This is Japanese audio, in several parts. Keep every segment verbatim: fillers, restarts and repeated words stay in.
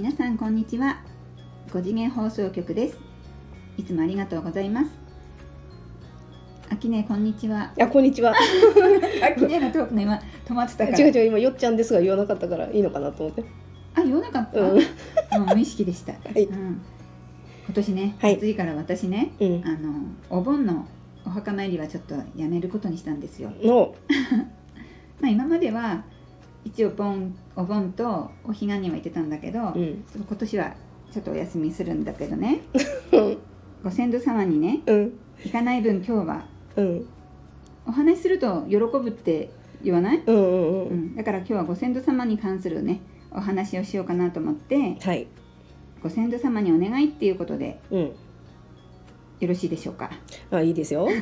皆さんこんにちは。ご次元放送局です。いつもありがとうございます。あきねこんにちは。 あ、こんにちは。 あきねのトークの今止まってたから。 違う違う、今よっちゃんですが言わなかったからいいのかなと思って。 あ、言わなかった。 うん、 もう無意識でした。 はい、 うん、今年ね、 はい、 暑いから私ね、 うん、 あのお盆のお墓参りはちょっとやめることにしたんですよ。 のまあ今までは一応盆お盆とお彼岸には行ってたんだけど、 うん、 今年はちょっとお休みするんだけどねご先祖様にね、 うん、 行かない分今日は、 うん、 お話しすると喜ぶって言わない、 うんうんうんうん、だから今日はご先祖様に関するねお話をしようかなと思って、 はい、 ご先祖様にお願いっていうことで、 うん、 よろしいでしょうか。 あ、いいですよ。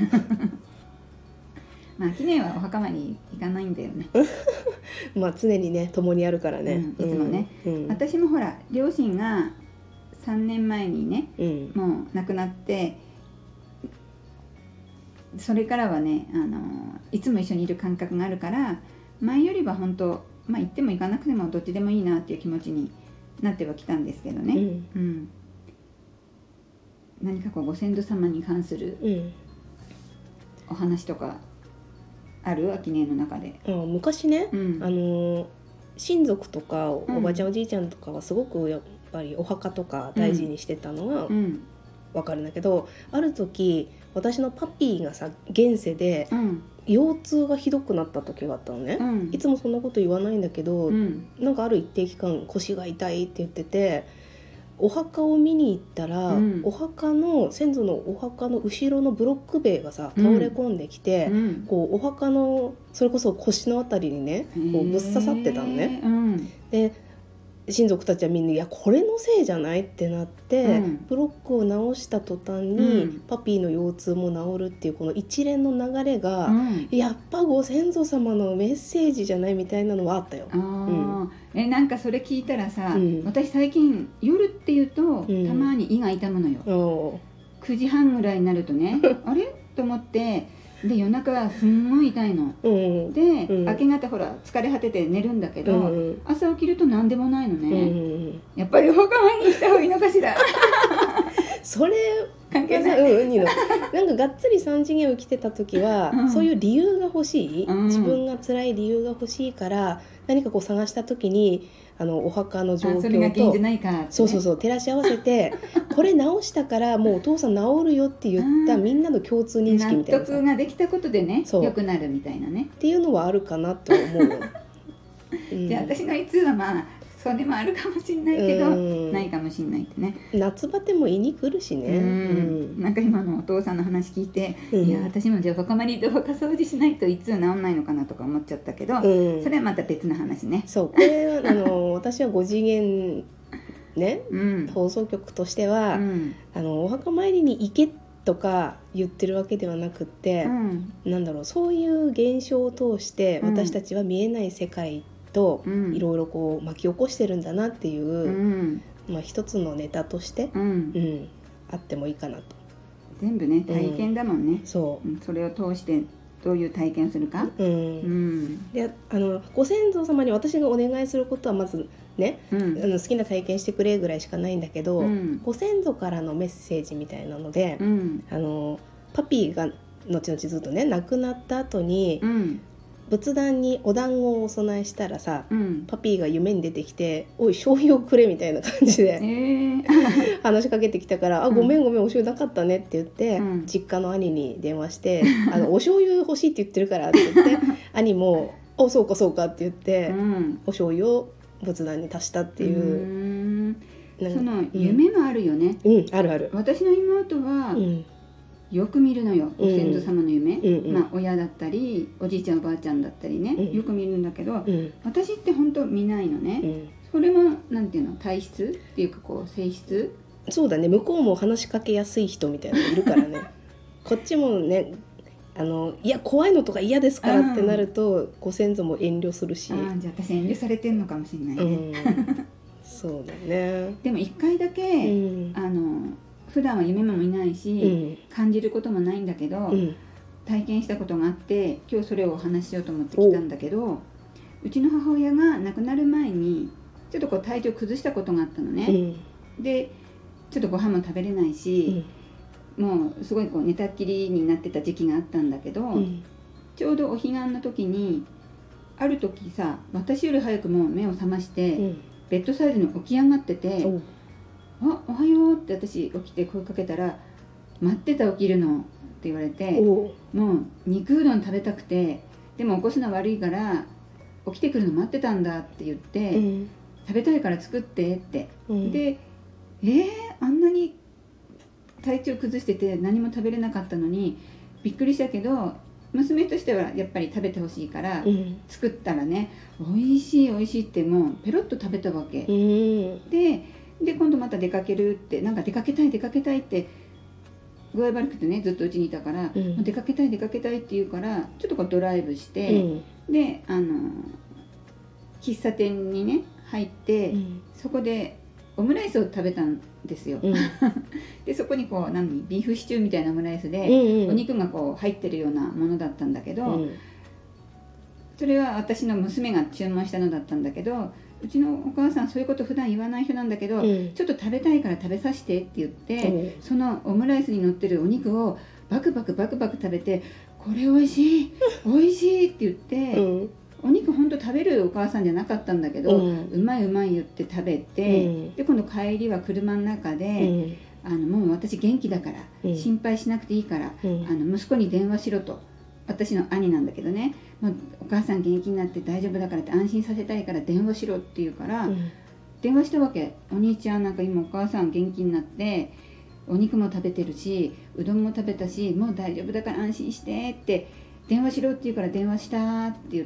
まあ記念はお墓参り行かないんだよね。 まあ常にね共にあるからね、 うん、いつもね、 うん、 私もほら両親がさんねんまえにね、 うん、 もう亡くなって、それからはね、あのいつも一緒にいる感覚があるから、前よりは本当、まあ行っても行かなくてもどっちでもいいなっていう気持ちになってはきたんですけどね、 うんうん、何かこうご先祖様に関するお話とかある？秋音の中で。 うん、昔ね、 うん、 あの親族とかおうんばちゃんおじいちゃんとかはすごくやっぱりお墓とか大事にしてたのはうんわかるんだけど、ある時私のパピーがさ現世でうん腰痛がひどくなった時があったのね、 うん、 いつもそんなこと言わないんだけど、 うん、 なんかある一定期間腰が痛いって言ってて、お墓を見に行ったら、うん、お墓の先祖のお墓の後ろのブロック塀がさ倒れ込んできて、うん、こうお墓のそれこそ腰のあたりにねこうぶっ刺さってたのね、うん、で親族たちはみんないやこれのせいじゃないってなって、うん、ブロックを直した途端に、うん、パピーの腰痛も治るっていうこの一連の流れが、うん、やっぱご先祖様のメッセージじゃないみたいなのはあったよ。 あ、うん、えなんかそれ聞いたらさ、うん、私最近夜っていうと、うん、たまに胃が痛むのよ。くじはんぐらいになるとねあれと思って、で夜中はすんごい痛いの、うん、で、うん、明け方ほら疲れ果てて寝るんだけど、うん、朝起きると何でもないのね、うん、やっぱりお墓参りにした方がいいのかしらそれ関係ない、 うん、いいのなんかがっつり三次元を生きてた時は、うん、そういう理由が欲しい、うん、自分が辛い理由が欲しいから何かこう探した時にあのお墓の状況とそれが原因じゃないかって、ね、 そうそうそう照らし合わせてこれ直したからもうお父さん治るよって言ったみんなの共通認識みたいな納得ができたことでね良くなるみたいなねっていうのはあるかなと思う、 うん、じゃあ私のいつはまあそれもあるかもしれないけど、うん、ないかもしれないってね。 夏バテも胃に来るしね、うんうん、なんか今のお父さんの話聞いて、うん、いや私もじゃあお墓参りでお墓掃除しないといつは治んないのかなとか思っちゃったけど、うん、それはまた別の話ね。 そうこれあの私はご次元ね、うん、放送局としては、うん、あのお墓参りに行けとか言ってるわけではなくって、うん、なんだろうそういう現象を通して私たちは見えない世界といろいろこう巻き起こしてるんだなっていう、うんまあ、一つのネタとして、うんうん、あってもいいかなと。 全部ね体験だもんね、 うん、そう、 うん、それを通してどういう体験をするか、うんうん、 であのご先祖様に私がお願いすることはまずね、うん、あの好きな体験してくれぐらいしかないんだけど、うん、ご先祖からのメッセージみたいなので、うん、あのパピーが後々ずっとね亡くなった後に、うん仏壇にお団子をお供えしたらさ、うん、パピーが夢に出てきておい醤油をくれみたいな感じで、えー、話しかけてきたからあごめんごめんお醤油なかったねって言って、うん、実家の兄に電話してあのお醤油欲しいって言ってるからって言って兄もおそうかそうかって言って、うん、お醤油を仏壇に足したっていう、 うその夢もあるよね、 うんうん、あるある。 私の妹は、うんよく見るのよご先祖様の夢、うんうんまあ、親だったりおじいちゃんおばあちゃんだったりね、うん、よく見るんだけど、うん、私って本当見ないのね、うん、それもなんていうの体質っていうかこう性質そうだね向こうも話しかけやすい人みたいなのいるからねこっちもねあのいや怖いのとか嫌ですからってなると、うん、ご先祖も遠慮するしあじゃあ私遠慮されてんのかもしれないね、うん、 そうだねでも一回だけ、うん、あの普段は夢も見ないし、うん、感じることもないんだけど、うん、体験したことがあって今日それをお話ししようと思って来たんだけど う, うちの母親が亡くなる前にちょっとこう体調崩したことがあったのね、うん、でちょっとご飯も食べれないし、うん、もうすごいこう寝たっきりになってた時期があったんだけど、うん、ちょうどお彼岸の時にある時さ、私より早くもう目を覚まして、うん、ベッドサイドに起き上がってて、うん、あ、おはようって私起きて声かけたら、待ってた起きるのって言われて、もう肉うどん食べたくて、でも起こすの悪いから起きてくるの待ってたんだって言って、うん、食べたいから作ってって、うん、でえー、あんなに体調崩してて何も食べれなかったのにびっくりしたけど、娘としてはやっぱり食べてほしいから作ったらね、うん、美味しい美味しいってもうペロッと食べたわけ、うん、で, で今度また出かけるって、なんか出かけたい出かけたいって具合悪くてね、ずっとうちにいたから、うん、出かけたい出かけたいって言うからちょっとこうドライブして、うん、であの喫茶店にね入って、うん、そこでオムライスを食べたんですよ、うん、でそこにこう何ビーフシチューみたいなオムライスで、うんうん、お肉がこう入ってるようなものだったんだけど、うん、それは私の娘が注文したのだったんだけど、うちのお母さんそういうこと普段言わない人なんだけど、うん、ちょっと食べたいから食べさせてって言って、うん、そのオムライスに乗ってるお肉をバクバクバクバク食べて、これおいしいおいしいって言って、うん、お肉ほんと食べるお母さんじゃなかったんだけど、うん、うまいうまい言って食べて、うん、で今度帰りは車の中で、うん、あのもう私元気だから、うん、心配しなくていいから、うん、あの息子に電話しろと、私の兄なんだけどね、もうお母さん元気になって大丈夫だからって安心させたいから電話しろって言うから、うん、電話したわけ。お兄ちゃんなんか今お母さん元気になってお肉も食べてるしうどんも食べたしもう大丈夫だから安心してって電話しろって言うから電話したって言って、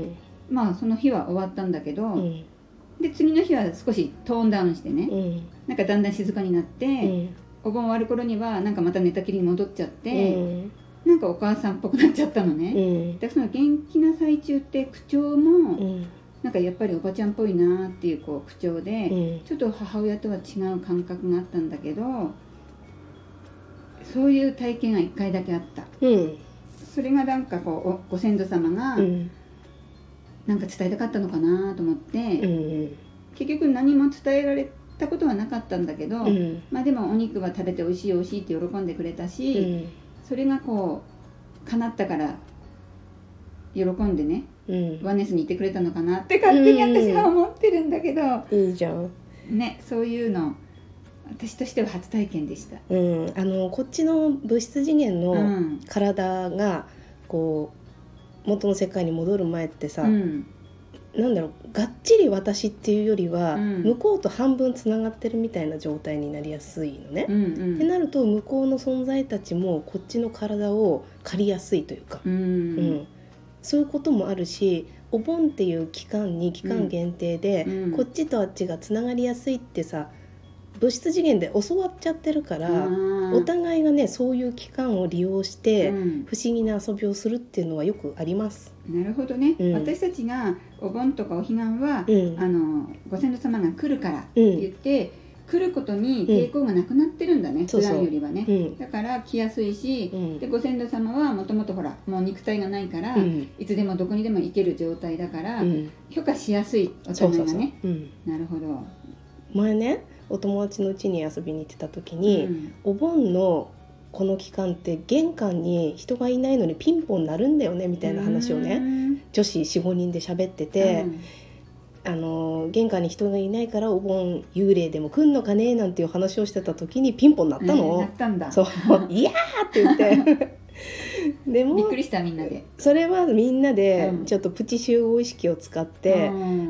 うん、まあその日は終わったんだけど、うん、で次の日は少しトーンダウンしてね、うん、なんかだんだん静かになって、うん、お盆終わる頃にはなんかまた寝たきりに戻っちゃって、うん、なんかお母さんっぽくなっちゃったのね、うん、だからその元気な最中って口調も、うん、なんかやっぱりおばちゃんっぽいなっていうこう口調で、うん、ちょっと母親とは違う感覚があったんだけど、そういう体験がいっかいだけあった、うん、それがなんかこうご先祖様がなんか伝えたかったのかなと思って、うん、結局何も伝えられたことはなかったんだけど、うん、まあでもお肉は食べておいしいおいしいって喜んでくれたし、うん、それがこう叶ったから喜んでね、うん、ワネスにいてくれたのかなって勝手に私は思ってるんだけど、 うん、いいじゃんね、そういうの私としては初体験でした、 うん、あのこっちの物質次元の体がこう元の世界に戻る前ってさ、うん、なんだろう、がっちり私っていうよりは、うん、向こうと半分つながってるみたいな状態になりやすいのね、うんうん、ってなると向こうの存在たちもこっちの体を借りやすいというか、うんうん、そういうこともあるし、お盆っていう期間に期間限定で、うん、こっちとあっちがつながりやすいってさ、物質次元で教わっちゃってるから、お互いがねそういう期間を利用して不思議な遊びをするっていうのはよくあります、 うん、なるほどね、うん、私たちがお盆とかお彼岸は、うん、あのご先祖様が来るからって言って、うん、来ることに抵抗がなくなってるんだね、うん、普段よりはね、そうそう、だから来やすいし、うん、でご先祖様はもともとほらもう肉体がないから、うん、いつでもどこにでも行ける状態だから、うん、許可しやすい、お互いがね、そうそうそう、うん、なるほど。 前ねお友達の家に遊びに行ってた時に、うん、お盆のこの期間って玄関に人がいないのにピンポン鳴るんだよねみたいな話をね、女子 よん,ご 人で喋ってて、うん、あの玄関に人がいないからお盆幽霊でも来んのかねなんていう話をしてた時にピンポン鳴ったの、 えー、鳴ったんだ、 そういやーって言ってでもびっくりした、みんなで。 それはみんなでちょっとプチ集合意識を使って、うん、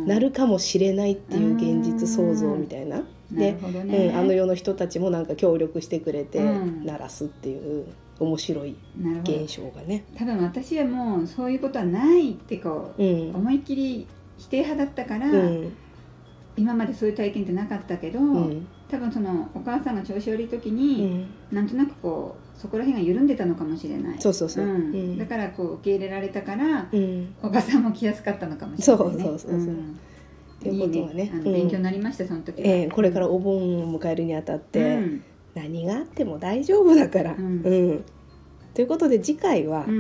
なるかもしれないっていう現実創造みたいな、で、なるほどね、うん、あの世の人たちもなんか協力してくれて鳴らすっていう面白い現象がね、 多分私はもうそういうことはないってこう、うん、思いっきり否定派だったから、うん、今までそういう体験ってなかったけど、うん、多分そのお母さんが調子悪い時に、うん、なんとなくこうそこら辺が緩んでたのかもしれない。 そうそうそう、うんうん、 だからこう受け入れられたから、うん、お母さんも来やすかったのかもしれないね。そうそうそうそう、うん、っていうことがね、あの勉強になりました、うん、その時は、 えー、これからお盆を迎えるにあたって、うん、何があっても大丈夫だから、うんうん、ということで次回は、うん、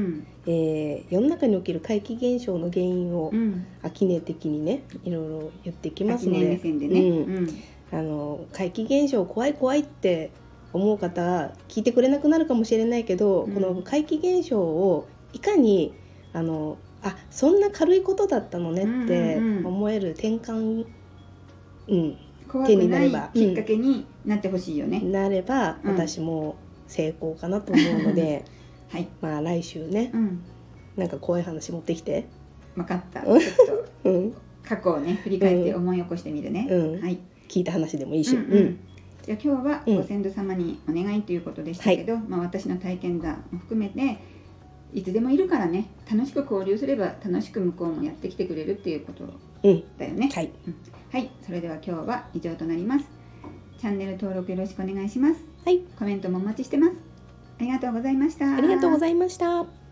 えー、世の中に起きる怪奇現象の原因を、うん、アキネ的にねいろいろ言ってきますので、 目線でね、うんうん、 あの怪奇現象怖い怖いって思う方は聞いてくれなくなるかもしれないけど、うん、この怪奇現象をいかにあのあそんな軽いことだったのねって思える転換、うん、 怖くないきっかけになってほしいよね、 うん、なれば私も成功かなと思うので、はい、まあ来週ね、うん、なんか怖い話持ってきて。 分かった。ちょっと、うん、過去をね振り返って思い起こしてみるね、 うんはい、聞いた話でもいいし、うんうんうん、じゃあ今日はご先祖様にお願いということでしたけど、うんまあ、私の体験談も含めていつでもいるからね楽しく交流すれば楽しく向こうもやってきてくれるっていうことだよね、うん、はい、うん、はい、それでは今日は以上となります。チャンネル登録よろしくお願いします。はい、コメントもお待ちしてます。ありがとうございました。 ありがとうございました。